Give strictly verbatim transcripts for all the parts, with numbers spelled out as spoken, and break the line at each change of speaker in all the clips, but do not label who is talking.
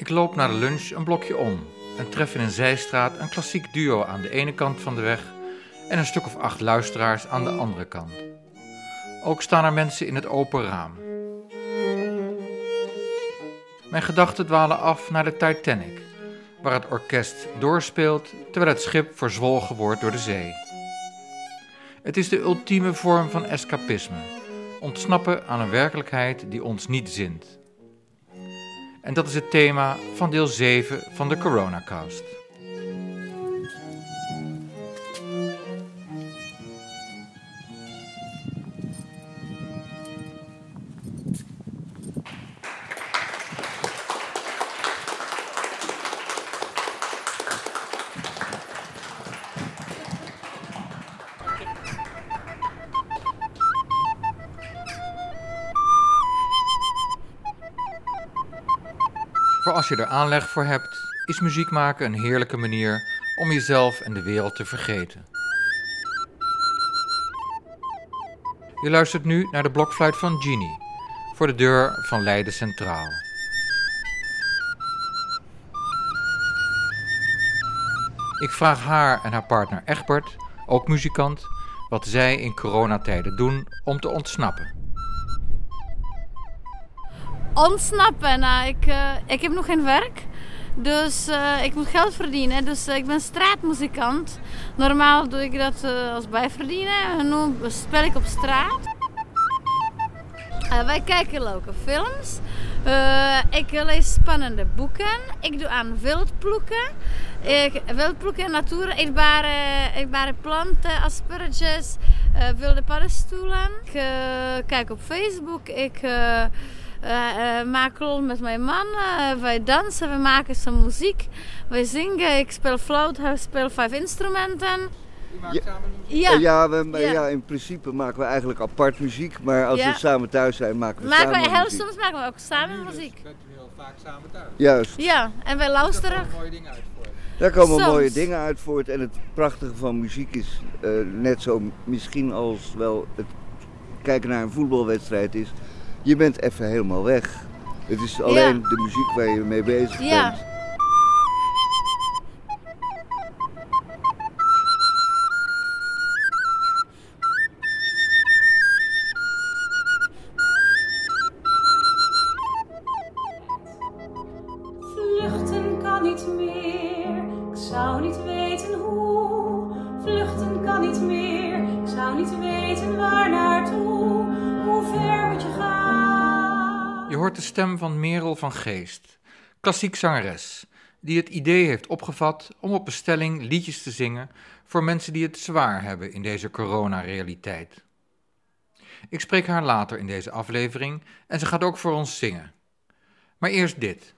Ik loop na de lunch een blokje om en tref in een zijstraat een klassiek duo aan de ene kant van de weg en een stuk of acht luisteraars aan de andere kant. Ook staan er mensen in het open raam. Mijn gedachten dwalen af naar de Titanic, waar het orkest doorspeelt terwijl het schip verzwolgen wordt door de zee. Het is de ultieme vorm van escapisme, ontsnappen aan een werkelijkheid die ons niet zint. En dat is het thema van deel zeven van de Coronacast. Voor als je er aanleg voor hebt, is muziek maken een heerlijke manier om jezelf en de wereld te vergeten. Je luistert nu naar de blokfluit van Genie, voor de deur van Leiden Centraal. Ik vraag haar en haar partner Egbert, ook muzikant, wat zij in coronatijden doen om te ontsnappen.
Ontsnappen? Nou, ik, uh, ik heb nog geen werk, dus uh, ik moet geld verdienen. Dus uh, ik ben straatmuzikant. Normaal doe ik dat uh, als bijverdienen. Nu speel ik op straat. Uh, wij kijken leuke films. Uh, ik lees spannende boeken. Ik doe aan wildploegen. Ik, wildploegen, natuur, eetbare, eetbare planten, asperges, uh, wilde paddenstoelen. Ik uh, kijk op Facebook. Ik uh, uh, uh, maak lol met mijn man. Uh, wij dansen, we maken some muziek. Wij zingen. Ik speel fluit, hij speelt vijf instrumenten.
U maakt samen muziek?
Ja.
Uh, ja, we,
ja.
ja, in principe maken we eigenlijk apart muziek, maar als
ja.
we samen thuis zijn maken we
maken
samen
wij, heel
muziek.
Soms maken we ook samen
nu
muziek.
Dus bent u heel vaak samen thuis.
Juist.
Ja, en wij luisteren.
Daar komen mooie dingen uit voort.
Daar komen
Soms.
mooie dingen uit voort en het prachtige van muziek is uh, net zo misschien als wel het kijken naar een voetbalwedstrijd is. Je bent even helemaal weg. Het is alleen
Ja.
de muziek waar je mee bezig
Ja.
bent.
Vluchten kan niet meer, ik zou niet weten hoe. Vluchten kan niet meer, ik zou niet weten waar naartoe. Hoe ver moet je gaan?
Je hoort de stem van Merel van Geest, klassiek zangeres, die het idee heeft opgevat om op bestelling liedjes te zingen voor mensen die het zwaar hebben in deze coronarealiteit. Ik spreek haar later in deze aflevering en ze gaat ook voor ons zingen. Maar eerst dit.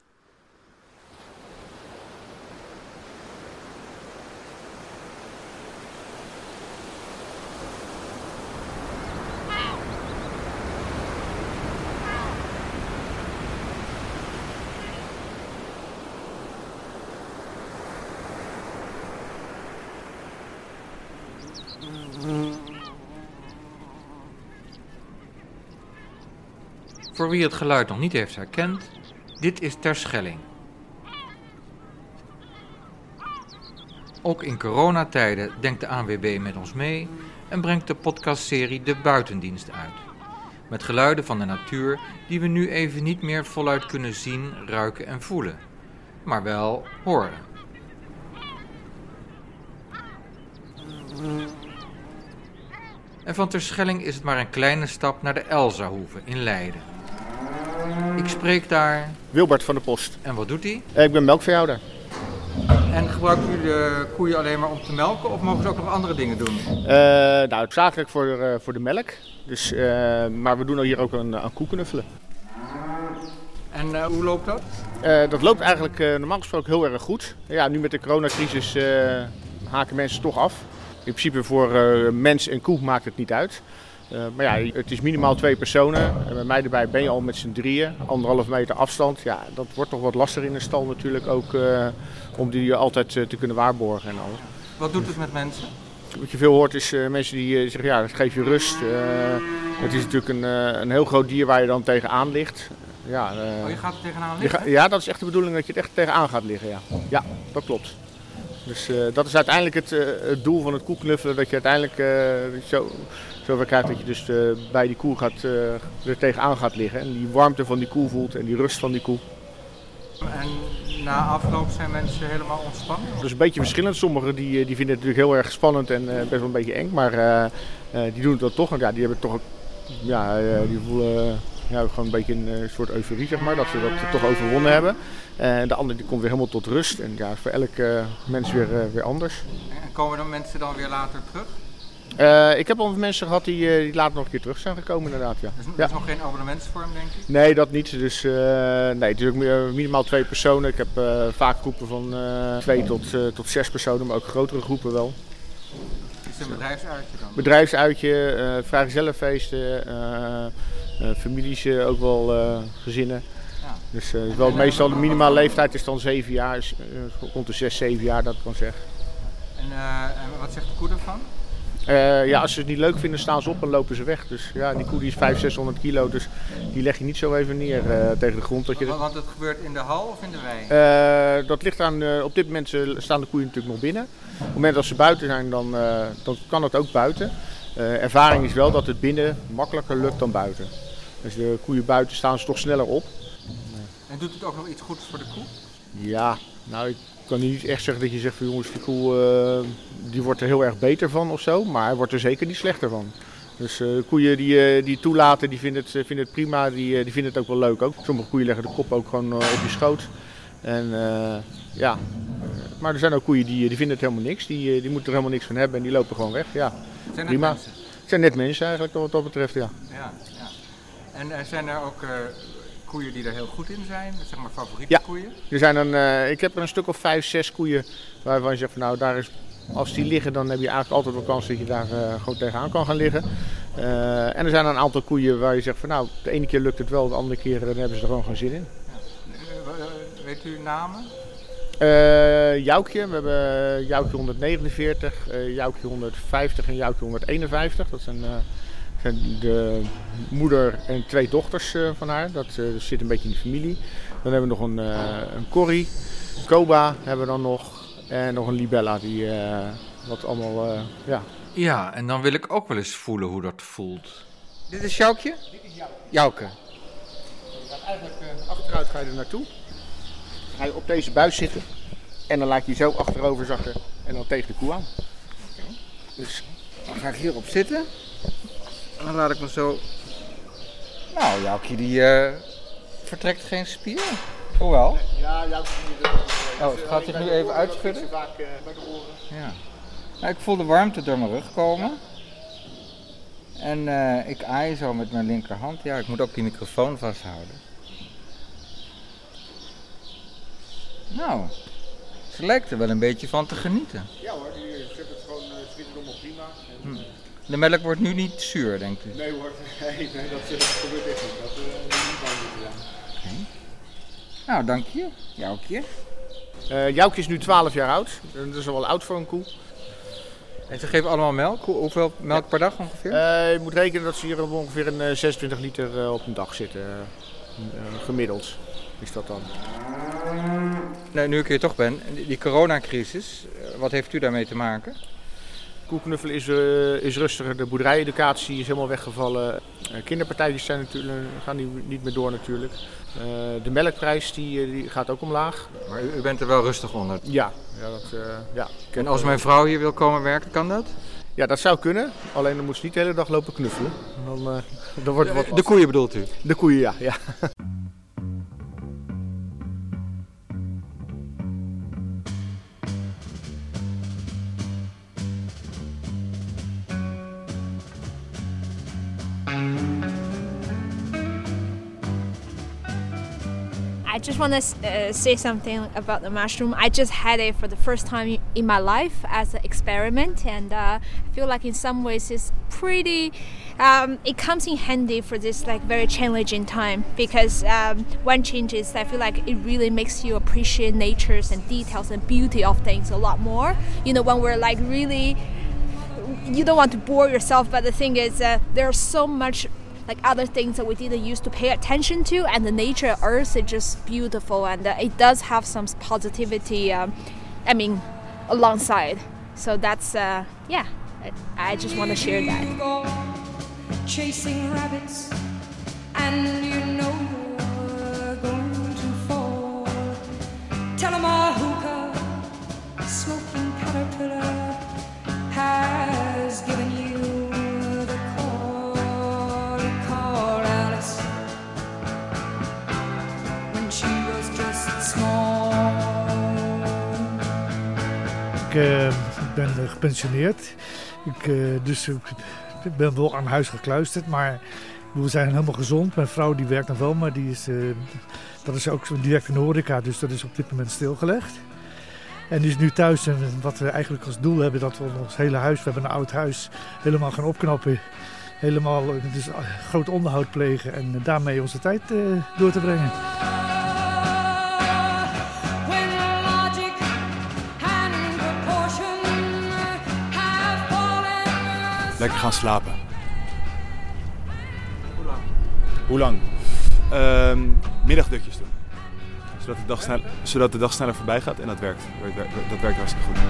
Voor wie het geluid nog niet heeft herkend, dit is Terschelling. Ook in coronatijden denkt de A N W B met ons mee en brengt de podcastserie De Buitendienst uit. Met geluiden van de natuur die we nu even niet meer voluit kunnen zien, ruiken en voelen, maar wel horen. En van Terschelling is het maar een kleine stap naar de Elzahoeve in Leiden. Ik spreek daar...
Wilbert van de Post.
En wat doet hij?
Uh, ik ben melkveehouder.
En gebruikt u de koeien alleen maar om te melken of mogen ze ook nog andere dingen doen?
Uh, nou, zakelijk voor, uh, voor de melk. Dus, uh, maar we doen hier ook aan, aan koe knuffelen.
En uh, hoe loopt dat?
Uh, dat loopt eigenlijk uh, normaal gesproken heel erg goed. Ja, nu met de coronacrisis uh, haken mensen toch af. In principe voor uh, mens en koe maakt het niet uit. Uh, maar ja, het is minimaal twee personen. En bij mij erbij ben je al met z'n drieën. Anderhalf meter afstand. Ja, dat wordt toch wat lastiger in de stal natuurlijk ook. Uh, om die altijd uh, te kunnen waarborgen en alles.
Wat doet het met mensen?
Wat je veel hoort is uh, mensen die uh, zeggen, ja, dat geeft je rust. Uh, het is natuurlijk een, uh, een heel groot dier waar je dan tegenaan ligt. Ja, uh,
oh, je gaat er tegenaan
je
liggen?
ga, ja, dat is echt de bedoeling dat je er echt tegenaan gaat liggen. Ja, ja dat klopt. Dus uh, dat is uiteindelijk het, uh, het doel van het koeknuffelen. Dat je uiteindelijk uh, zo, zover krijgt dat je dus uh, bij die koe gaat, uh, er tegenaan gaat liggen. En die warmte van die koe voelt en die rust van die koe.
En na afloop zijn mensen helemaal ontspannen?
Dat is een beetje verschillend. Sommigen die, die vinden het natuurlijk heel erg spannend en uh, best wel een beetje eng. Maar uh, uh, die doen het dan toch. Want ja, die hebben toch ja, uh, die voelen uh, ja, gewoon een beetje een uh, soort euforie, zeg maar. Dat ze dat toch overwonnen hebben. En uh, de andere die komt weer helemaal tot rust. En ja, voor elke uh, mens weer, uh, weer anders.
En komen dan mensen dan weer later terug?
Uh, ik heb al mensen gehad die, uh, die later nog een keer terug zijn gekomen, inderdaad. Ja.
Dus er
ja.
is nog geen abonnementsvorm, denk ik?
Nee, dat niet. Dus, uh, nee, het is ook minimaal twee personen. Ik heb uh, vaak groepen van uh, twee tot, uh, tot zes personen, maar ook grotere groepen wel.
Is het een bedrijfsuitje dan?
Bedrijfsuitje, uh, vrijgezellenfeesten, uh, uh, families, uh, ook wel uh, gezinnen. Ja. Dus uh, wel, meestal de minimale leeftijd is dan zeven jaar, is, uh, rond de zes, zeven jaar dat ik kan zeggen.
En, uh, en wat zegt de koe daarvan?
Uh, ja, als ze het niet leuk vinden, staan ze op en lopen ze weg. Dus ja, die koe die is vijfhonderd, zeshonderd kilo, dus die leg je niet zo even neer uh, tegen de grond. Dat je
want, want het gebeurt in de hal of in de wei?
Uh, dat ligt aan, uh, op dit moment staan de koeien natuurlijk nog binnen. Op het moment dat ze buiten zijn, dan, uh, dan kan het ook buiten. Uh, ervaring is wel dat het binnen makkelijker lukt dan buiten. Dus de koeien buiten staan ze toch sneller op.
En doet het ook nog iets goeds voor de koe?
Ja, nou ik kan niet echt zeggen dat je zegt van jongens, die koe uh, die wordt er heel erg beter van of zo. Maar hij wordt er zeker niet slechter van. Dus uh, koeien die, uh, die toelaten, die vinden het, vinden het prima, die, uh, die vinden het ook wel leuk ook. Sommige koeien leggen de kop ook gewoon uh, op je schoot. En uh, ja, maar er zijn ook koeien die, die vinden het helemaal niks. Die, uh, die moeten er helemaal niks van hebben en die lopen gewoon weg. Ja,
het zijn
prima.
Net mensen.
Het zijn net mensen eigenlijk wat dat betreft, ja.
Ja, ja. En uh, zijn er ook uh, koeien die er heel goed in zijn? Zeg maar favoriete
ja.
koeien?
Er zijn een, uh, ik heb er een stuk of vijf, zes koeien waarvan je zegt van nou, daar is, als die liggen dan heb je eigenlijk altijd wel kans dat je daar uh, gewoon tegenaan kan gaan liggen. Uh, en er zijn een aantal koeien waar je zegt van nou, de ene keer lukt het wel, de andere keer uh, dan hebben ze er gewoon geen zin in.
Ja. Uh, weet u namen?
Uh, Joukje, we hebben Joukje honderdnegenenveertig, uh, Joukje honderdvijftig en Joukje honderdeenenvijftig. Dat zijn, uh, zijn de moeder en twee dochters uh, van haar. Dat uh, zit een beetje in de familie. Dan hebben we nog een, uh, een Corrie, Koba hebben we dan nog en nog een Libella die uh, wat allemaal, uh, ja.
Ja, en dan wil ik ook wel eens voelen hoe dat voelt. Dit is Joukje?
Dit is Joukje.
Jouke.
Je gaat eigenlijk uh, achteruit ga je er naartoe. Dan ga je op deze buis zitten en dan laat je zo achterover zakken en dan tegen de koe aan.
Okay. Dus dan ga ik hierop zitten en dan laat ik me zo... Nou, Joukje die uh, vertrekt geen spier. Hoewel.
Ja, Joukje die...
Oh, het gaat zich nu even uitschudden.
Vaak uh, bij de oren.
Ja. Nou, ik voel de warmte door mijn rug komen. En uh, ik aai zo met mijn linkerhand. Ja, ik moet ook die microfoon vasthouden. Nou, ze lijkt er wel een beetje van te genieten.
Ja hoor, die zet het gewoon, uh, ze vinden het allemaal prima. En,
hm. De melk wordt nu niet zuur, denkt u?
Nee hoor, nee, nee dat, dat gebeurt echt niet. Dat uh, is niet bang moeten, ja.
Okay. Nou, dank je. Joukje.
Uh, Joukje is nu twaalf jaar oud. Dat is al wel oud voor een koe.
En ze geven allemaal melk? Hoeveel melk ja. per dag ongeveer?
Uh, je moet rekenen dat ze hier op ongeveer een uh, zesentwintig liter uh, op een dag zitten. Uh, uh, gemiddeld is dat dan.
Nou, nu ik hier toch ben, die coronacrisis, wat heeft u daarmee te maken?
Koeknuffelen is, uh, is rustiger, de boerderijeducatie is helemaal weggevallen. Uh, kinderpartijtjes zijn natuurlijk, gaan niet, niet meer door natuurlijk. Uh, de melkprijs die, die gaat ook omlaag.
Maar u, u bent er wel rustig onder?
Ja. ja, dat, uh, ja.
En als mijn vrouw hier wil komen werken, kan dat?
Ja, dat zou kunnen. Alleen dan moet ze niet de hele dag lopen knuffelen. Dan, uh, dan wordt het wat
de, de koeien bedoelt u?
De koeien, ja. ja.
I just want to uh, say something about the mushroom. I just had it for the first time in my life as an experiment, and uh, I feel like in some ways it's pretty. Um, it comes in handy for this like very challenging time because um, one change is I feel like it really makes you appreciate natures and details and beauty of things a lot more. You know, when we're like really, you don't want to bore yourself, but the thing is uh, there's so much like other things that we didn't used to pay attention to, and the nature of Earth is just beautiful, and uh, it does have some positivity. Um, I mean, alongside. So that's uh, yeah. I, I just want to share that.
Chasing rabbits, and you know you're going to fall. Tell 'em a hookah, smoking caterpillar has given you the call. Call Alice when she was just small.
Ik uh, ben gepensioneerd, ik, uh, dus ik ben wel aan huis gekluisterd, maar we zijn helemaal gezond. Mijn vrouw die werkt nog wel, maar die is, uh, dat is ook direct in de horeca, dus dat is op dit moment stilgelegd. En die is nu thuis en wat we eigenlijk als doel hebben, dat we ons hele huis, we hebben een oud huis, helemaal gaan opknappen. Helemaal dus groot onderhoud plegen en daarmee onze tijd uh, door te brengen.
Lekker gaan slapen.
Hoe lang?
Hoe lang? Uh, middagdutjes doen. Zodat de, dag snel, zodat de dag sneller voorbij gaat en dat werkt. Dat werkt hartstikke goed.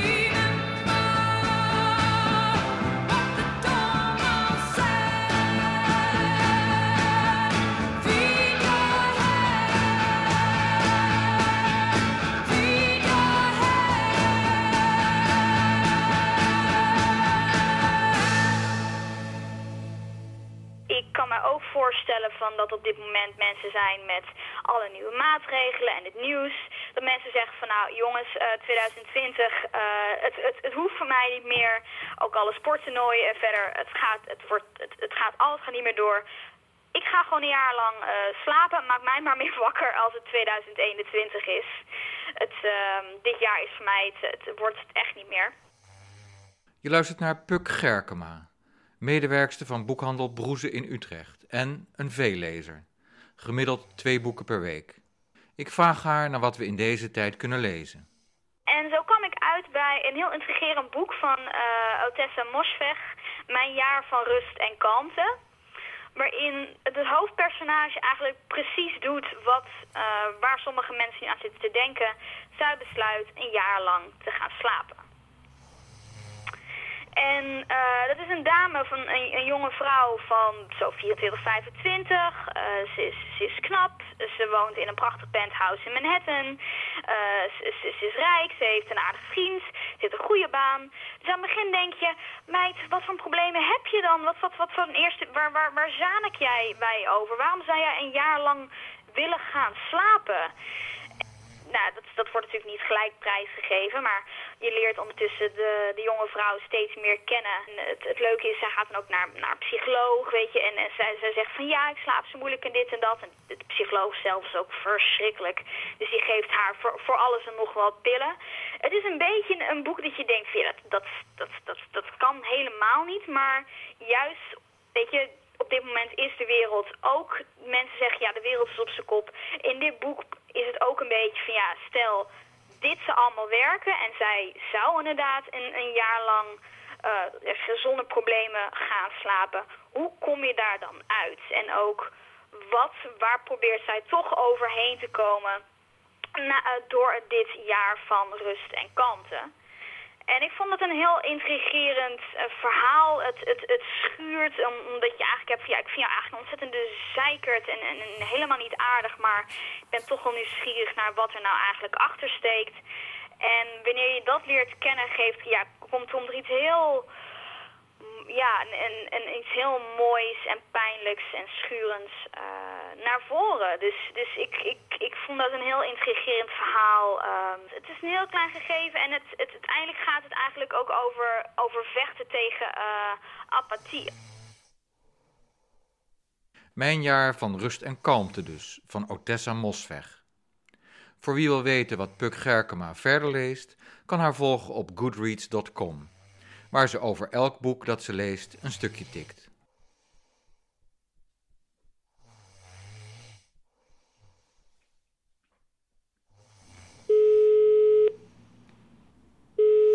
Voorstellen van dat op dit moment mensen zijn met alle nieuwe maatregelen en het nieuws. Dat mensen zeggen van nou jongens, uh, twintig twintig, uh, het, het, het hoeft voor mij niet meer. Ook alle sporttoernooien en verder, het gaat, het, wordt, het, het gaat, alles gaat niet meer door. Ik ga gewoon een jaar lang uh, slapen. Maak mij maar meer wakker als het twintig eenentwintig is. Het, uh, dit jaar is voor mij, het, het wordt het echt niet meer.
Je luistert naar Puk Gerkema, medewerkster van boekhandel Broeze in Utrecht en een veellezer, gemiddeld twee boeken per week. Ik vraag haar naar wat we in deze tijd kunnen lezen.
En zo kwam ik uit bij een heel intrigerend boek van uh, Otessa Moshfegh, Mijn jaar van rust en kalmte, waarin het hoofdpersonage eigenlijk precies doet wat, uh, waar sommige mensen nu aan zitten te denken. Zij besluit een jaar lang te gaan slapen. En uh, dat is een dame, van een, een jonge vrouw van zo vierentwintig, vijfentwintig. Uh, ze, is, ze is knap, ze woont in een prachtig penthouse in Manhattan. Uh, ze, ze, ze is rijk, ze heeft een aardig vriend, ze heeft een goede baan. Dus aan het begin denk je, meid, wat voor problemen heb je dan? Wat, wat, wat voor een eerste, waar, waar, waar zanik jij bij over? Waarom zou jij een jaar lang willen gaan slapen? Nou, dat, dat wordt natuurlijk niet gelijk prijsgegeven, maar je leert ondertussen de, de jonge vrouw steeds meer kennen. En het, het leuke is, zij gaat dan ook naar, naar een psycholoog, weet je, en, en zij, zij zegt van ja, ik slaap zo moeilijk en dit en dat. En de psycholoog zelf is ook verschrikkelijk, dus die geeft haar voor, voor alles en nog wat pillen. Het is een beetje een boek dat je denkt, ja, dat, dat, dat, dat, dat kan helemaal niet, maar juist, weet je, op dit moment is de wereld ook, mensen zeggen ja, de wereld is op zijn kop. In dit boek is het ook een beetje van ja, stel, dit zou allemaal werken en zij zou inderdaad een, een jaar lang uh, zonder problemen gaan slapen. Hoe kom je daar dan uit? En ook, wat, waar probeert zij toch overheen te komen na, uh, door dit jaar van rust en kalmte? En ik vond het een heel intrigerend uh, verhaal. Het, het, het schuurt, omdat je eigenlijk hebt, ja, ik vind jou eigenlijk een ontzettende zeikert en, en, en helemaal niet aardig, maar ik ben toch wel nieuwsgierig naar wat er nou eigenlijk achter steekt. En wanneer je dat leert kennen, geeft, ja, komt, komt er iets heel, ja, en, en iets heel moois en pijnlijks en schurends uh, naar voren. Dus, dus ik, ik, ik vond dat een heel intrigerend verhaal. Uh, het is een heel klein gegeven en het, het, uiteindelijk gaat het eigenlijk ook over, over vechten tegen uh, apathie.
Mijn jaar van rust en kalmte dus, van Otessa Moshfegh. Voor wie wil weten wat Puk Gerkema verder leest, kan haar volgen op goodreads punt com. Waar ze over elk boek dat ze leest een stukje tikt.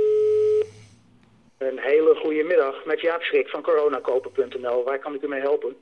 Een hele goede middag met Jaap Schrik van coronakoper punt n l. Waar kan ik u mee helpen?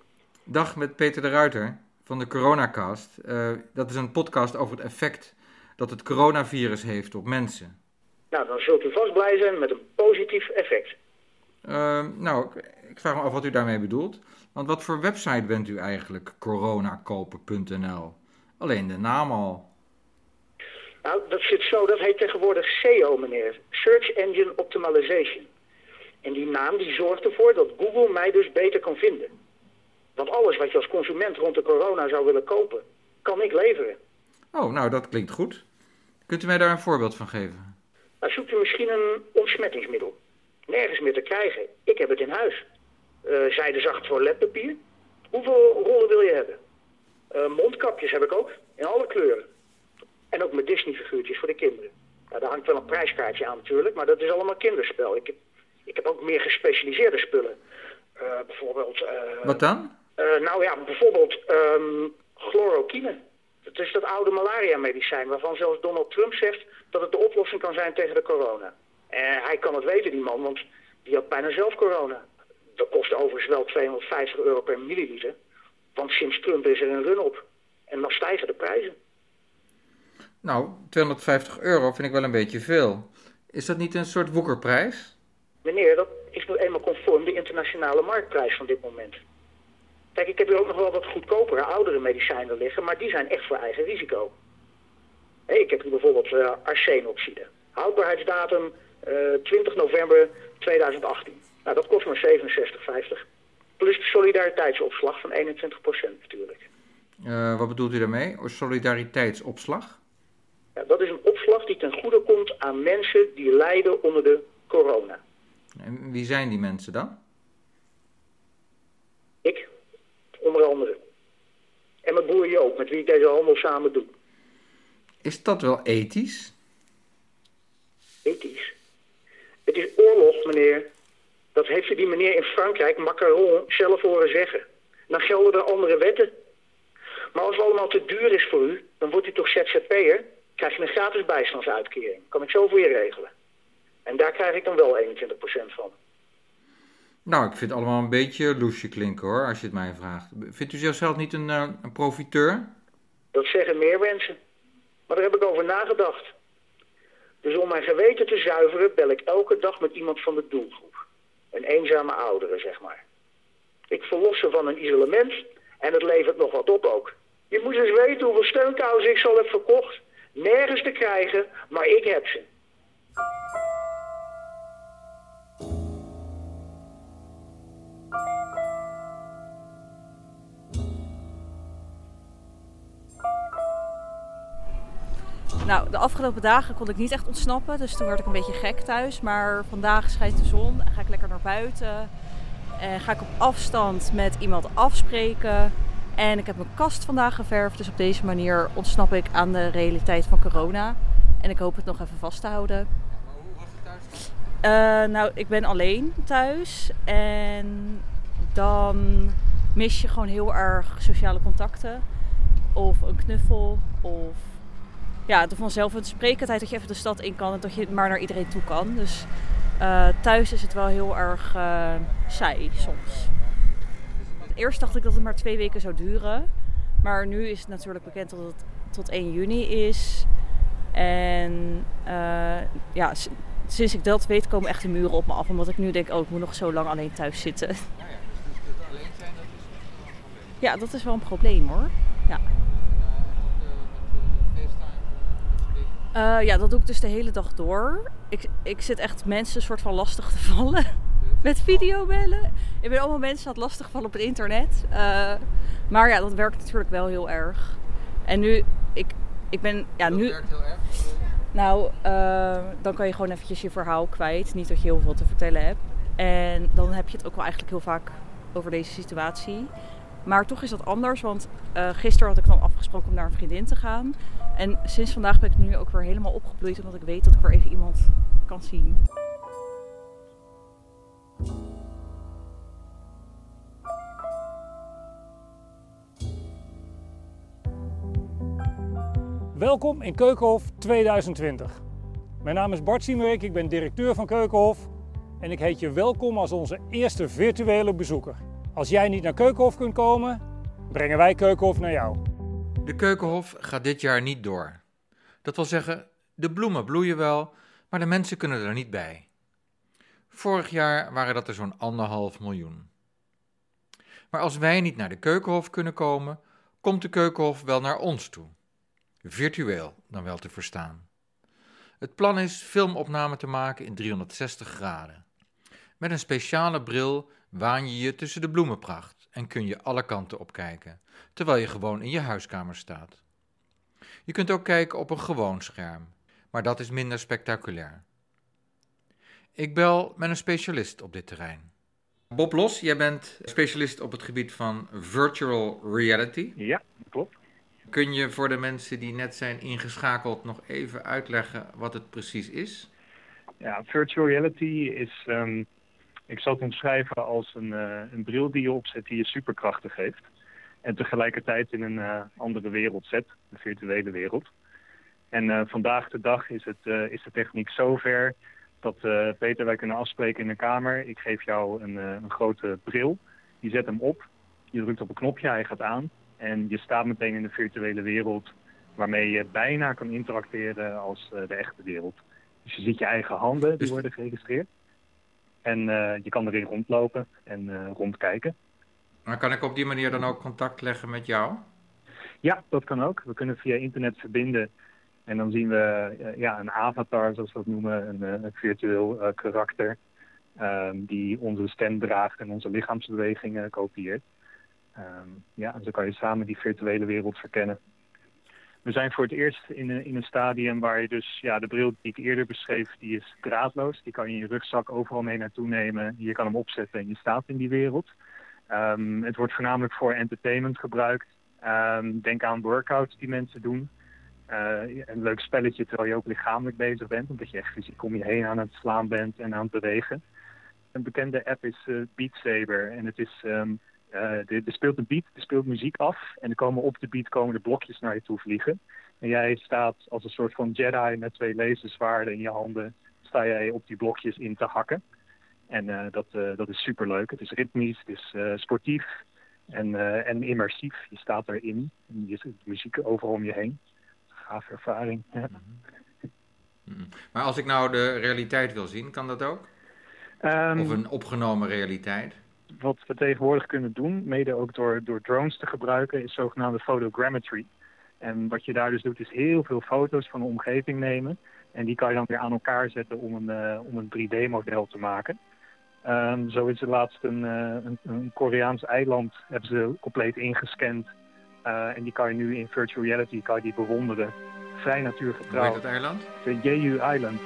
Dag met Peter de Ruiter van de Coronacast. Uh, dat is een podcast over het effect dat het coronavirus heeft op mensen.
Nou, dan zult u vast blij zijn met een positief effect.
Uh, nou, ik vraag me af wat u daarmee bedoelt. Want wat voor website bent u eigenlijk? coronakopen punt n l. Alleen de naam al.
Nou, dat zit zo. Dat heet tegenwoordig S E O, meneer. Search Engine Optimization. En die naam die zorgt ervoor dat Google mij dus beter kan vinden. Want alles wat je als consument rond de corona zou willen kopen, kan ik leveren.
Oh, nou dat klinkt goed. Kunt u mij daar een voorbeeld van geven?
Nou, zoekt u misschien een ontsmettingsmiddel. Nergens meer te krijgen. Ik heb het in huis. Uh, zijdezacht toiletpapier. Hoeveel rollen wil je hebben? Uh, mondkapjes heb ik ook. In alle kleuren. En ook met Disney-figuurtjes voor de kinderen. Nou, daar hangt wel een prijskaartje aan natuurlijk, maar dat is allemaal kinderspel. Ik heb, ik heb ook meer gespecialiseerde spullen. Uh, bijvoorbeeld... Uh,
Wat dan?
Uh, nou ja, bijvoorbeeld um, chloroquine. Dat is dat oude malaria-medicijn waarvan zelfs Donald Trump zegt dat het de oplossing kan zijn tegen de corona. En hij kan het weten, die man, want die had bijna zelf corona. Dat kost overigens wel tweehonderdvijftig euro per milliliter. Want sinds Trump is er een run op. En dan stijgen de prijzen.
Nou, tweehonderdvijftig euro vind ik wel een beetje veel. Is dat niet een soort woekerprijs?
Meneer, dat is nu eenmaal conform de internationale marktprijs van dit moment. Kijk, ik heb hier ook nog wel wat goedkopere, oudere medicijnen liggen, maar die zijn echt voor eigen risico. Hey, ik heb hier bijvoorbeeld uh, arsenoxide. Houdbaarheidsdatum uh, twintig november tweeduizend achttien. Nou, dat kost maar zevenenzestig vijftig. Plus de solidariteitsopslag van eenentwintig procent natuurlijk.
Uh, wat bedoelt u daarmee? Solidariteitsopslag?
Ja, dat is een opslag die ten goede komt aan mensen die lijden onder de corona.
En wie zijn die mensen dan?
Ik, onder andere. En mijn broer Joop, met wie ik deze handel samen doe.
Is dat wel ethisch?
Ethisch? Het is oorlog, meneer. Dat heeft u die meneer in Frankrijk, Macron, zelf horen zeggen. Dan gelden er andere wetten. Maar als het allemaal te duur is voor u, dan wordt u toch Z Z P'er? Krijg je een gratis bijstandsuitkering. Kan ik zo voor je regelen. En daar krijg ik dan wel eenentwintig procent van.
Nou, ik vind het allemaal een beetje loesje klinken hoor, als je het mij vraagt. Vindt u zichzelf niet een, uh, een profiteur?
Dat zeggen meer mensen. Maar daar heb ik over nagedacht. Dus om mijn geweten te zuiveren, bel ik elke dag met iemand van de doelgroep. Een eenzame oudere, zeg maar. Ik verlos ze van een isolement en het levert nog wat op ook. Je moet eens weten hoeveel steunkousen ik al heb verkocht. Nergens te krijgen, maar ik heb ze.
Nou, de afgelopen dagen kon ik niet echt ontsnappen, dus toen werd ik een beetje gek thuis. Maar vandaag schijnt de zon en ga ik lekker naar buiten. En ga ik op afstand met iemand afspreken. En ik heb mijn kast vandaag geverfd, dus op deze manier ontsnap ik aan de realiteit van corona. En ik hoop het nog even vast te houden.
Maar hoe was het thuis?
Uh, nou, ik ben alleen thuis en dan mis je gewoon heel erg sociale contacten. Of een knuffel, of ja, de vanzelfsprekendheid dat je even de stad in kan en dat je maar naar iedereen toe kan. Dus uh, thuis is het wel heel erg uh, saai soms. Eerst dacht ik dat het maar twee weken zou duren. Maar nu is het natuurlijk bekend dat het tot één juni is. En uh, ja, s- sinds ik dat weet komen echt de muren op me af. Omdat ik nu denk, oh, ik moet nog zo lang alleen thuis zitten.
Nou ja, dus het alleen zijn, dat is wel een probleem.
Ja, dat is wel een probleem hoor. Ja. Uh, ja, dat doe ik dus de hele dag door. Ik, ik zit echt mensen een soort van lastig te vallen. Met videobellen. Ik ben allemaal mensen aan het lastigvallen op het internet. Uh, maar ja, dat werkt natuurlijk wel heel erg. En nu, ik, ik ben... Ja,
dat
nu,
werkt heel erg?
Nou, uh, dan kan je gewoon eventjes je verhaal kwijt. Niet dat je heel veel te vertellen hebt. En dan heb je het ook wel eigenlijk heel vaak over deze situatie. Maar toch is dat anders, want uh, gisteren had ik dan afgesproken om naar een vriendin te gaan. En sinds vandaag ben ik nu ook weer helemaal opgebloeid, omdat ik weet dat ik weer even iemand kan zien.
Welkom in Keukenhof tweeduizend twintig. Mijn naam is Bart Siemerik, ik ben directeur van Keukenhof. En ik heet je welkom als onze eerste virtuele bezoeker. Als jij niet naar Keukenhof kunt komen, brengen wij Keukenhof naar jou.
De Keukenhof gaat dit jaar niet door. Dat wil zeggen, de bloemen bloeien wel, maar de mensen kunnen er niet bij. Vorig jaar waren dat er zo'n anderhalf miljoen. Maar als wij niet naar de Keukenhof kunnen komen, komt de Keukenhof wel naar ons toe. Virtueel dan wel te verstaan. Het plan is filmopname te maken in driehonderdzestig graden. Met een speciale bril waan je je tussen de bloemenpracht en kun je alle kanten opkijken, terwijl je gewoon in je huiskamer staat. Je kunt ook kijken op een gewoon scherm, maar dat is minder spectaculair. Ik bel met een specialist op dit terrein. Bob Los, jij bent specialist op het gebied van virtual reality.
Ja, klopt.
Kun je voor de mensen die net zijn ingeschakeld nog even uitleggen wat het precies is?
Ja, virtual reality is, um, ik zal het omschrijven als een, uh, een bril die je opzet die je superkrachten geeft. En tegelijkertijd in een uh, andere wereld zet, de virtuele wereld. En uh, vandaag de dag is, het, uh, is de techniek zover dat uh, Peter, wij kunnen afspreken in een kamer. Ik geef jou een, uh, een grote bril, je zet hem op, je drukt op een knopje, hij gaat aan. En je staat meteen in de virtuele wereld waarmee je bijna kan interacteren als uh, de echte wereld. Dus je ziet je eigen handen, die dus... worden geregistreerd. En uh, je kan erin rondlopen en uh, rondkijken.
Maar kan ik op die manier dan ook contact leggen met jou?
Ja, dat kan ook. We kunnen via internet verbinden. En dan zien we uh, ja, een avatar, zoals we dat noemen, een, uh, een virtueel uh, karakter. Uh, die onze stem draagt en onze lichaamsbewegingen kopieert. Um, ja, en zo kan je samen die virtuele wereld verkennen. We zijn voor het eerst in een, in een stadium waar je dus, ja, de bril die ik eerder beschreef, die is draadloos. Die kan je in je rugzak overal mee naartoe nemen. Je kan hem opzetten en je staat in die wereld. Um, het wordt voornamelijk voor entertainment gebruikt. Um, denk aan workouts die mensen doen. Uh, een leuk spelletje terwijl je ook lichamelijk bezig bent, omdat je echt fysiek om je heen aan het slaan bent en aan het bewegen. Een bekende app is uh, Beat Saber en het is... Um, Uh, er, er speelt een beat, er speelt muziek af en er komen op de beat komen de blokjes naar je toe vliegen. En jij staat als een soort van Jedi met twee laserzwaarden in je handen, sta jij op die blokjes in te hakken. En uh, dat, uh, dat is superleuk. Het is ritmisch, het is uh, sportief en, uh, en immersief. Je staat erin en je zit muziek overal om je heen. Gaaf ervaring. Ja.
Mm-hmm. Maar als ik nou de realiteit wil zien, kan dat ook?
Um,
of een opgenomen realiteit?
Wat we tegenwoordig kunnen doen, mede ook door, door drones te gebruiken, is zogenaamde photogrammetry. En wat je daar dus doet, is heel veel foto's van de omgeving nemen. En die kan je dan weer aan elkaar zetten om een, uh, om een drie D-model te maken. Um, zo is er laatst een, uh, een, een Koreaans eiland, hebben ze compleet ingescand. Uh, en die kan je nu in virtual reality kan je die bewonderen. Vrij natuurgetrouw.
Hoe heet het eiland?
De Jeju Island.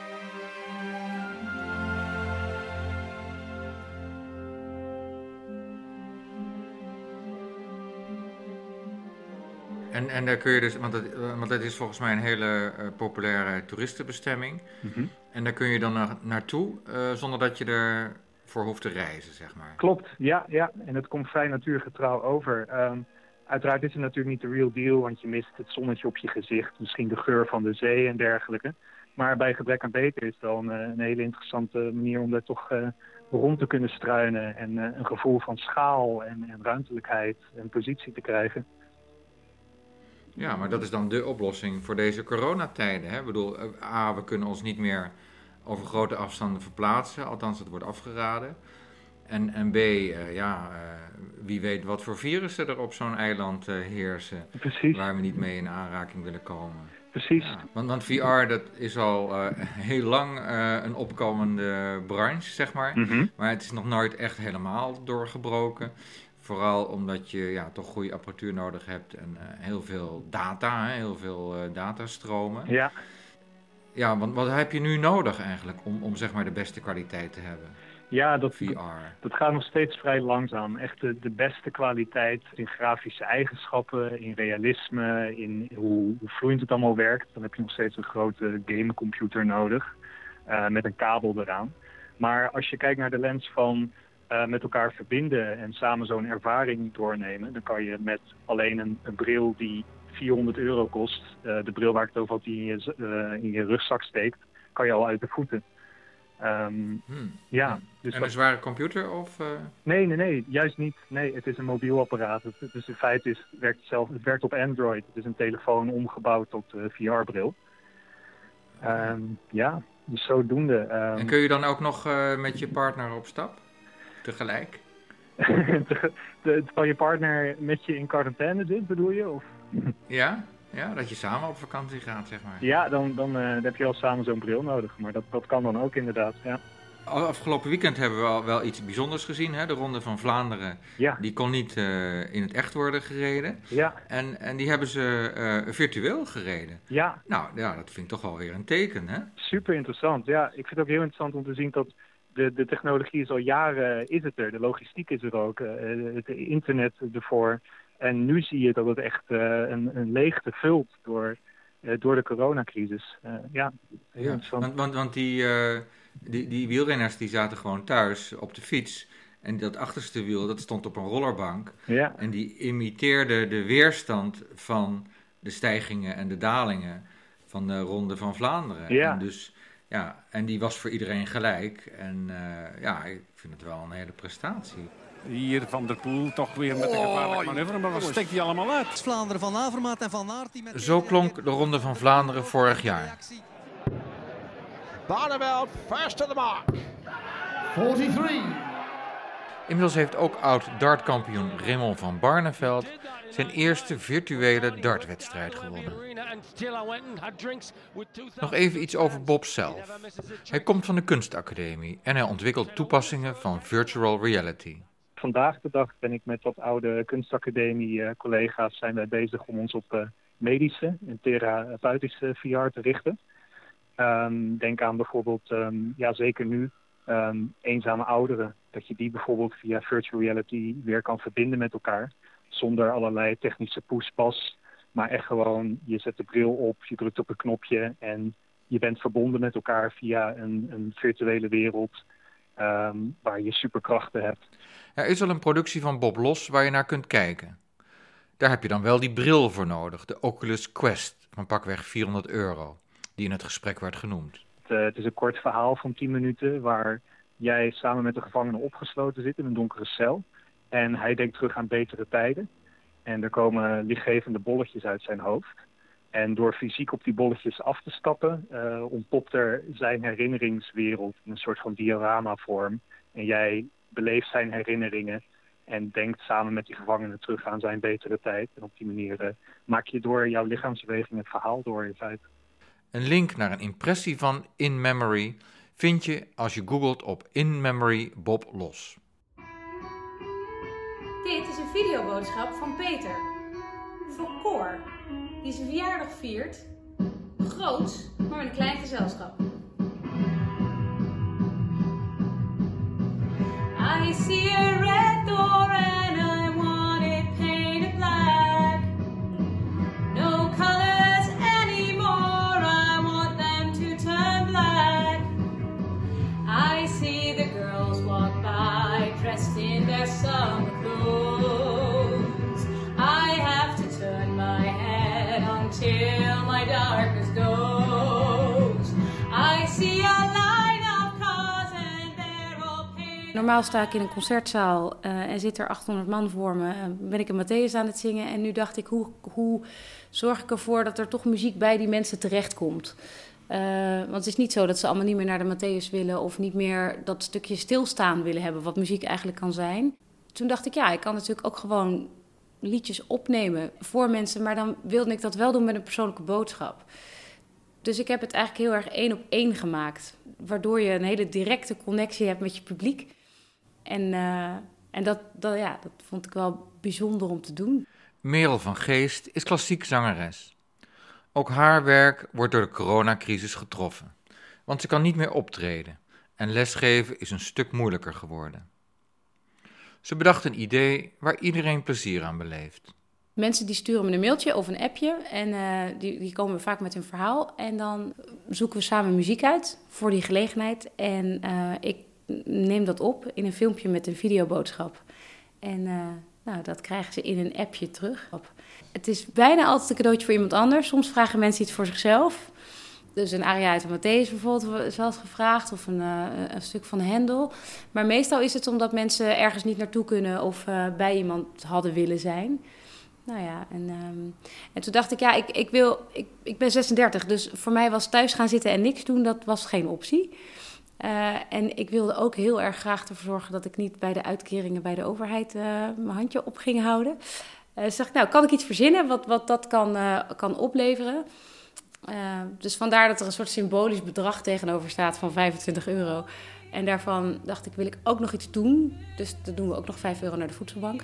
En, en daar kun je dus, want dat, want dat is volgens mij een hele uh, populaire toeristenbestemming. Mm-hmm. En daar kun je dan na, naartoe uh, zonder dat je ervoor hoeft te reizen, zeg maar.
Klopt, ja, ja. En het komt vrij natuurgetrouw over. Um, uiteraard is het natuurlijk niet de real deal, want je mist het zonnetje op je gezicht, misschien de geur van de zee en dergelijke. Maar bij gebrek aan beter is het wel een, een hele interessante manier om daar toch uh, rond te kunnen struinen en uh, een gevoel van schaal en, en ruimtelijkheid en positie te krijgen.
Ja, maar dat is dan de oplossing voor deze coronatijden. Hè? Ik bedoel, A, we kunnen ons niet meer over grote afstanden verplaatsen. Althans, het wordt afgeraden. En, en B, uh, ja, uh, wie weet wat voor virussen er op zo'n eiland uh, heersen.
Precies.
Waar we niet mee in aanraking willen komen.
Precies.
Ja, want, want V R, dat is al uh, heel lang uh, een opkomende branche, zeg maar. Mm-hmm. Maar het is nog nooit echt helemaal doorgebroken. Vooral omdat je ja, toch goede apparatuur nodig hebt en uh, heel veel data, hè, heel veel uh, datastromen.
Ja.
Ja, want wat heb je nu nodig eigenlijk om, om zeg maar de beste kwaliteit te hebben?
Ja, dat,
V R.
Dat, dat gaat nog steeds vrij langzaam. Echt de, de beste kwaliteit in grafische eigenschappen, in realisme, in hoe, hoe vloeiend het allemaal werkt. Dan heb je nog steeds een grote gamecomputer nodig uh, met een kabel eraan. Maar als je kijkt naar de lens van uh, met elkaar verbinden en samen zo'n ervaring doornemen, dan kan je met alleen een, een bril die vierhonderd euro kost, uh, de bril waar ik het over had die in je, uh, in je rugzak steekt, kan je al uit de voeten. Um,
Hmm.
Ja. Dus
en
dat...
een zware computer? Of, uh...
Nee, nee, nee, juist niet. Nee, het is een mobiel apparaat. Het, dus in feite is, het, werkt zelf, het werkt op Android. Het is een telefoon omgebouwd tot uh, V R-bril. Um, ja, dus zodoende. Um...
En kun je dan ook nog uh, met je partner op stap? Tegelijk?
Terwijl je partner met je in quarantaine zit, bedoel je? Of?
Ja, ja, dat je samen op vakantie gaat, zeg maar.
Ja, dan, dan, uh, dan heb je wel samen zo'n bril nodig. Maar dat, dat kan dan ook inderdaad, ja.
Afgelopen weekend hebben we al wel iets bijzonders gezien. Hè? De Ronde van Vlaanderen.
Ja.
Die kon niet uh, in het echt worden gereden.
Ja.
En, en die hebben ze uh, virtueel gereden.
Ja.
Nou, ja, dat vind ik toch wel weer een teken, hè?
Super interessant. Ja, ik vind het ook heel interessant om te zien dat de, de technologie is al jaren is het er. De logistiek is er ook. Uh, het internet ervoor. En nu zie je dat het echt uh, een, een leegte vult door, uh, door de coronacrisis. Uh, ja, heel
ja,
interessant.
Want, want, want die... Uh... Die, die wielrenners die zaten gewoon thuis op de fiets. En dat achterste wiel, dat stond op een rollerbank.
Ja.
En die imiteerde de weerstand van de stijgingen en de dalingen van de Ronde van Vlaanderen.
Ja.
En, dus, ja, en die was voor iedereen gelijk. En uh, ja, ik vind het wel een hele prestatie.
Hier Van der Poel toch weer met een gevaarlijk manoeuvre, maar wat steekt hij allemaal uit?
Vlaanderen van Avermaat en Van Aert. Die met
Zo klonk de Ronde van Vlaanderen vorig jaar.
Barneveld first to the mark. forty-three.
Inmiddels heeft ook oud-dartkampioen Raymond van Barneveld zijn eerste virtuele dartwedstrijd gewonnen. Nog even iets over Bob zelf. Hij komt van de kunstacademie en hij ontwikkelt toepassingen van virtual reality.
Vandaag de dag ben ik met wat oude kunstacademie-collega's zijn wij bezig om ons op uh, medische en therapeutische V R te richten. Um, denk aan bijvoorbeeld, um, ja zeker nu, um, eenzame ouderen. Dat je die bijvoorbeeld via virtual reality weer kan verbinden met elkaar. Zonder allerlei technische poespas. Maar echt gewoon, je zet de bril op, je drukt op een knopje en je bent verbonden met elkaar via een, een virtuele wereld um, waar je superkrachten hebt.
Er is al een productie van Bob Los waar je naar kunt kijken. Daar heb je dan wel die bril voor nodig, de Oculus Quest van pakweg vierhonderd euro. Die in het gesprek werd genoemd.
Het, uh, het is een kort verhaal van tien minuten waar jij samen met de gevangene opgesloten zit in een donkere cel. En hij denkt terug aan betere tijden. En er komen lichtgevende bolletjes uit zijn hoofd. En door fysiek op die bolletjes af te stappen, uh, ontpopt er zijn herinneringswereld in een soort van dioramavorm. En jij beleeft zijn herinneringen en denkt samen met die gevangene terug aan zijn betere tijd. En op die manier uh, maak je door jouw lichaamsbeweging het verhaal door in feite.
Een link naar een impressie van In Memory vind je als je googelt op In Memory Bob Los.
Dit is een videoboodschap van Peter. Voor Cor, die zijn verjaardag viert. Groots, maar met een klein gezelschap. I see a red door and I want it painted black. No colors anymore, I want them to turn black. I see the girls walk by dressed in their summer clothes. I have to turn my head until my darkness goes. I see a line of cars and they're all painted.
Normaal sta ik in een concertzaal uh, en zit er achthonderd man voor me. Uh, ben ik een Matthäus aan het zingen en nu dacht ik, hoe, hoe zorg ik ervoor dat er toch muziek bij die mensen terechtkomt? Uh, want het is niet zo dat ze allemaal niet meer naar de Matthäus willen of niet meer dat stukje stilstaan willen hebben, wat muziek eigenlijk kan zijn. Toen dacht ik, ja, ik kan natuurlijk ook gewoon liedjes opnemen voor mensen, maar dan wilde ik dat wel doen met een persoonlijke boodschap. Dus ik heb het eigenlijk heel erg één op één gemaakt, waardoor je een hele directe connectie hebt met je publiek. En, uh, en dat, dat, ja, dat vond ik wel bijzonder om te doen.
Merel van Geest is klassiek zangeres. Ook haar werk wordt door de coronacrisis getroffen, want ze kan niet meer optreden en lesgeven is een stuk moeilijker geworden. Ze bedacht een idee waar iedereen plezier aan beleeft.
Mensen die sturen me een mailtje of een appje en uh, die, die komen vaak met hun verhaal. En dan zoeken we samen muziek uit voor die gelegenheid. En uh, ik neem dat op in een filmpje met een videoboodschap. En uh, nou, dat krijgen ze in een appje terug. Het is bijna altijd een cadeautje voor iemand anders. Soms vragen mensen iets voor zichzelf. Dus een aria uit de Matthäus bijvoorbeeld is wel eens gevraagd, of een, uh, een stuk van Hendel. Maar meestal is het omdat mensen ergens niet naartoe kunnen of uh, bij iemand hadden willen zijn. Nou ja, en, um, en toen dacht ik, ja, ik, ik, wil, ik, ik ben zesendertig, dus voor mij was thuis gaan zitten en niks doen, dat was geen optie. Uh, en ik wilde ook heel erg graag ervoor zorgen dat ik niet bij de uitkeringen bij de overheid uh, mijn handje op ging houden. Uh, dus dacht ik, nou, kan ik iets verzinnen wat, wat dat kan, uh, kan opleveren? Uh, dus vandaar dat er een soort symbolisch bedrag tegenover staat van vijfentwintig euro. En daarvan dacht ik, wil ik ook nog iets doen. Dus dan doen we ook nog vijf euro naar de voedselbank.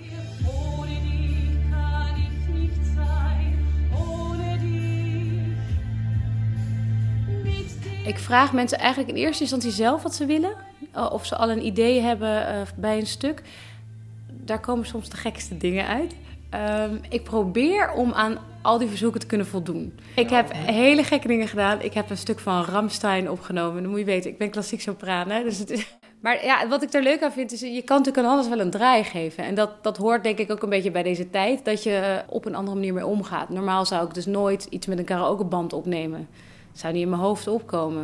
Ik vraag mensen eigenlijk in eerste instantie zelf wat ze willen. Of ze al een idee hebben uh, bij een stuk. Daar komen soms de gekste dingen uit. Um, ik probeer om aan al die verzoeken te kunnen voldoen. Ik heb hele gekke dingen gedaan. Ik heb een stuk van Rammstein opgenomen. Dan moet je weten, ik ben klassiek sopraan. Hè? Dus het is... Maar ja, wat ik er leuk aan vind, is je kan natuurlijk aan alles wel een draai geven. En dat, dat hoort denk ik ook een beetje bij deze tijd. Dat je op een andere manier mee omgaat. Normaal zou ik dus nooit iets met een karaokeband opnemen. Dat zou niet in mijn hoofd opkomen.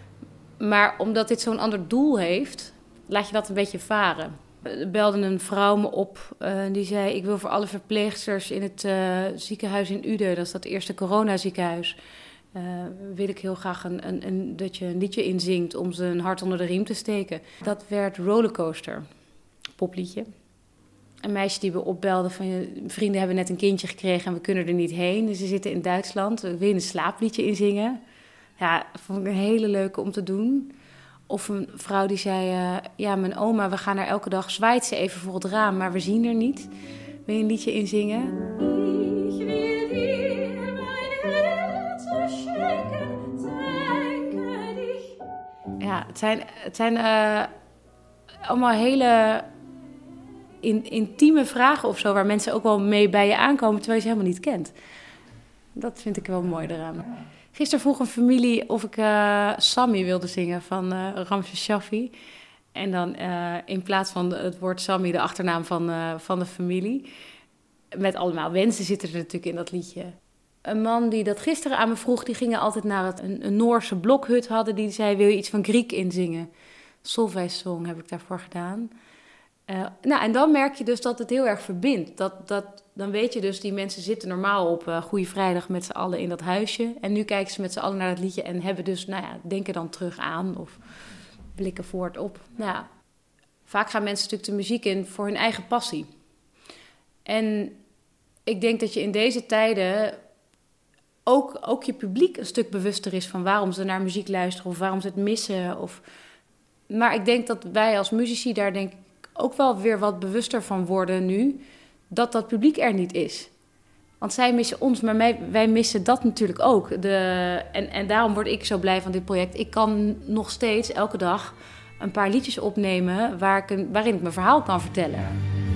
Maar omdat dit zo'n ander doel heeft, laat je dat een beetje varen. Er belde een vrouw me op uh, die zei, ik wil voor alle verpleegsters in het uh, ziekenhuis in Uden, dat is dat eerste coronaziekenhuis, uh, wil ik heel graag een, een, een, dat je een liedje inzingt om ze een hart onder de riem te steken. Dat werd Rollercoaster, popliedje. Een meisje die we opbelde van, vrienden hebben net een kindje gekregen en we kunnen er niet heen. Dus ze zitten in Duitsland, wil je een slaapliedje inzingen? Ja, vond ik een hele leuke om te doen. Of een vrouw die zei, uh, ja, mijn oma, we gaan haar elke dag, zwaait ze even voor het raam, maar we zien er niet. Wil je een liedje inzingen? Ik wil dir mijn hart schenken, denke dich. Ja, het zijn, het zijn uh, allemaal hele in, intieme vragen of zo, waar mensen ook wel mee bij je aankomen, terwijl je ze helemaal niet kent. Dat vind ik wel mooi eraan. Gisteren vroeg een familie of ik uh, Sammy wilde zingen van uh, Ramses Shaffi. En dan uh, in plaats van het woord Sammy de achternaam van, uh, van de familie. Met allemaal wensen zitten er natuurlijk in dat liedje. Een man die dat gisteren aan me vroeg, die gingen altijd naar het, een, een Noorse blokhut hadden. Die zei, wil je iets van Griek inzingen? Solveig Song heb ik daarvoor gedaan. Uh, nou, en dan merk je dus dat het heel erg verbindt. Dat, dat, dan weet je dus, die mensen zitten normaal op uh, Goeie Vrijdag met z'n allen in dat huisje. En nu kijken ze met z'n allen naar het liedje en hebben dus, nou ja, denken dan terug aan of blikken voort op. Nou ja, vaak gaan mensen natuurlijk de muziek in voor hun eigen passie. En ik denk dat je in deze tijden ook, ook je publiek een stuk bewuster is van waarom ze naar muziek luisteren of waarom ze het missen. Of... Maar ik denk dat wij als muzici daar denk ik ook wel weer wat bewuster van worden nu, dat dat publiek er niet is. Want zij missen ons, maar wij, wij missen dat natuurlijk ook. De, en, en daarom word ik zo blij van dit project. Ik kan nog steeds elke dag een paar liedjes opnemen waar ik een, waarin ik mijn verhaal kan vertellen.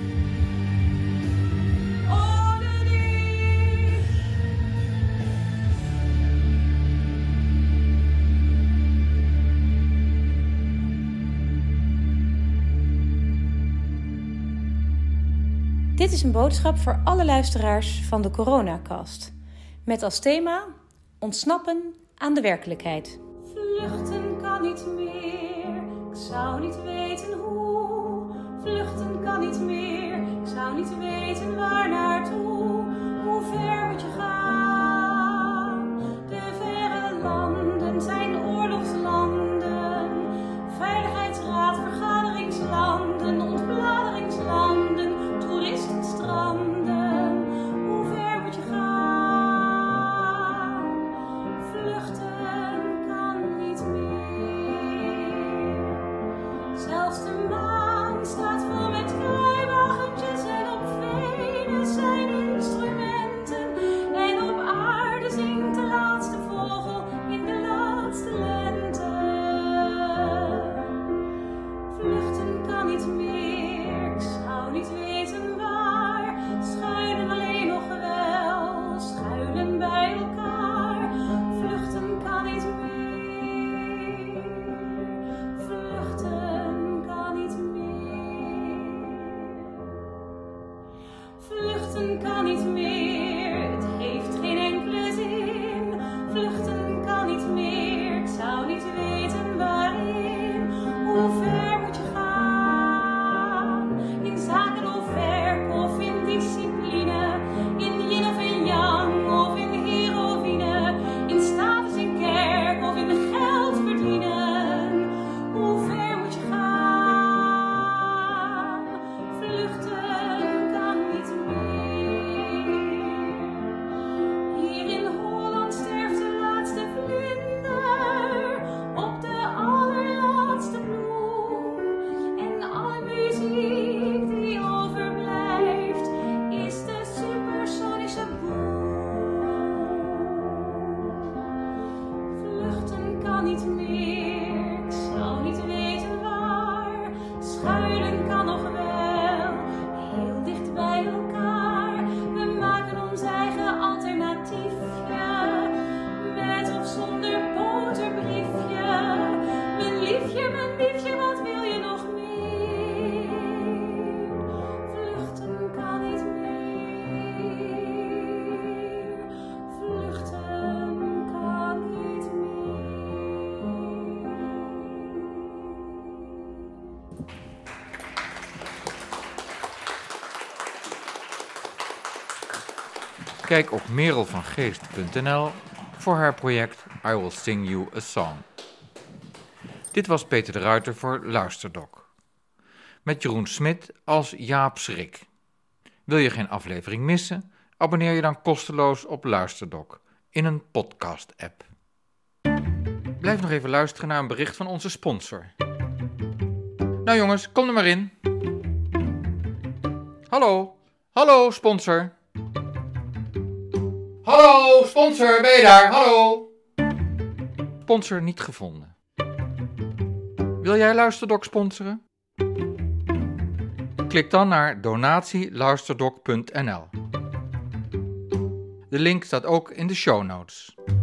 Dit is een boodschap voor alle luisteraars van de Coronacast. Met als thema ontsnappen aan de werkelijkheid.
Vluchten kan niet meer, ik zou niet weten hoe. Vluchten kan niet meer, ik zou niet weten waar naartoe. Hoe ver moet je gaan? De verre landen zijn oorlogslanden. Veiligheidsraad, vergaderingslanden, ontbladeringslanden. Toeristenstranden, hoe ver moet je gaan? Vluchten kan niet meer. Zelfs de maan staat vol met kruiwagentjes en op Venus zijn instrumenten.
Kijk op merel van geest punt n l voor haar project I Will Sing You a Song. Dit was Peter de Ruiter voor Luisterdoc. Met Jeroen Smit als Jaap Schrik. Wil je geen aflevering missen? Abonneer je dan kosteloos op Luisterdoc in een podcast-app. Blijf nog even luisteren naar een bericht van onze sponsor. Nou jongens, kom er maar in. Hallo, hallo sponsor. Hallo sponsor, ben je daar? Hallo. Sponsor niet gevonden. Wil jij Luisterdoc sponsoren? Klik dan naar donatie luisterdoc punt n l. De link staat ook in de show notes.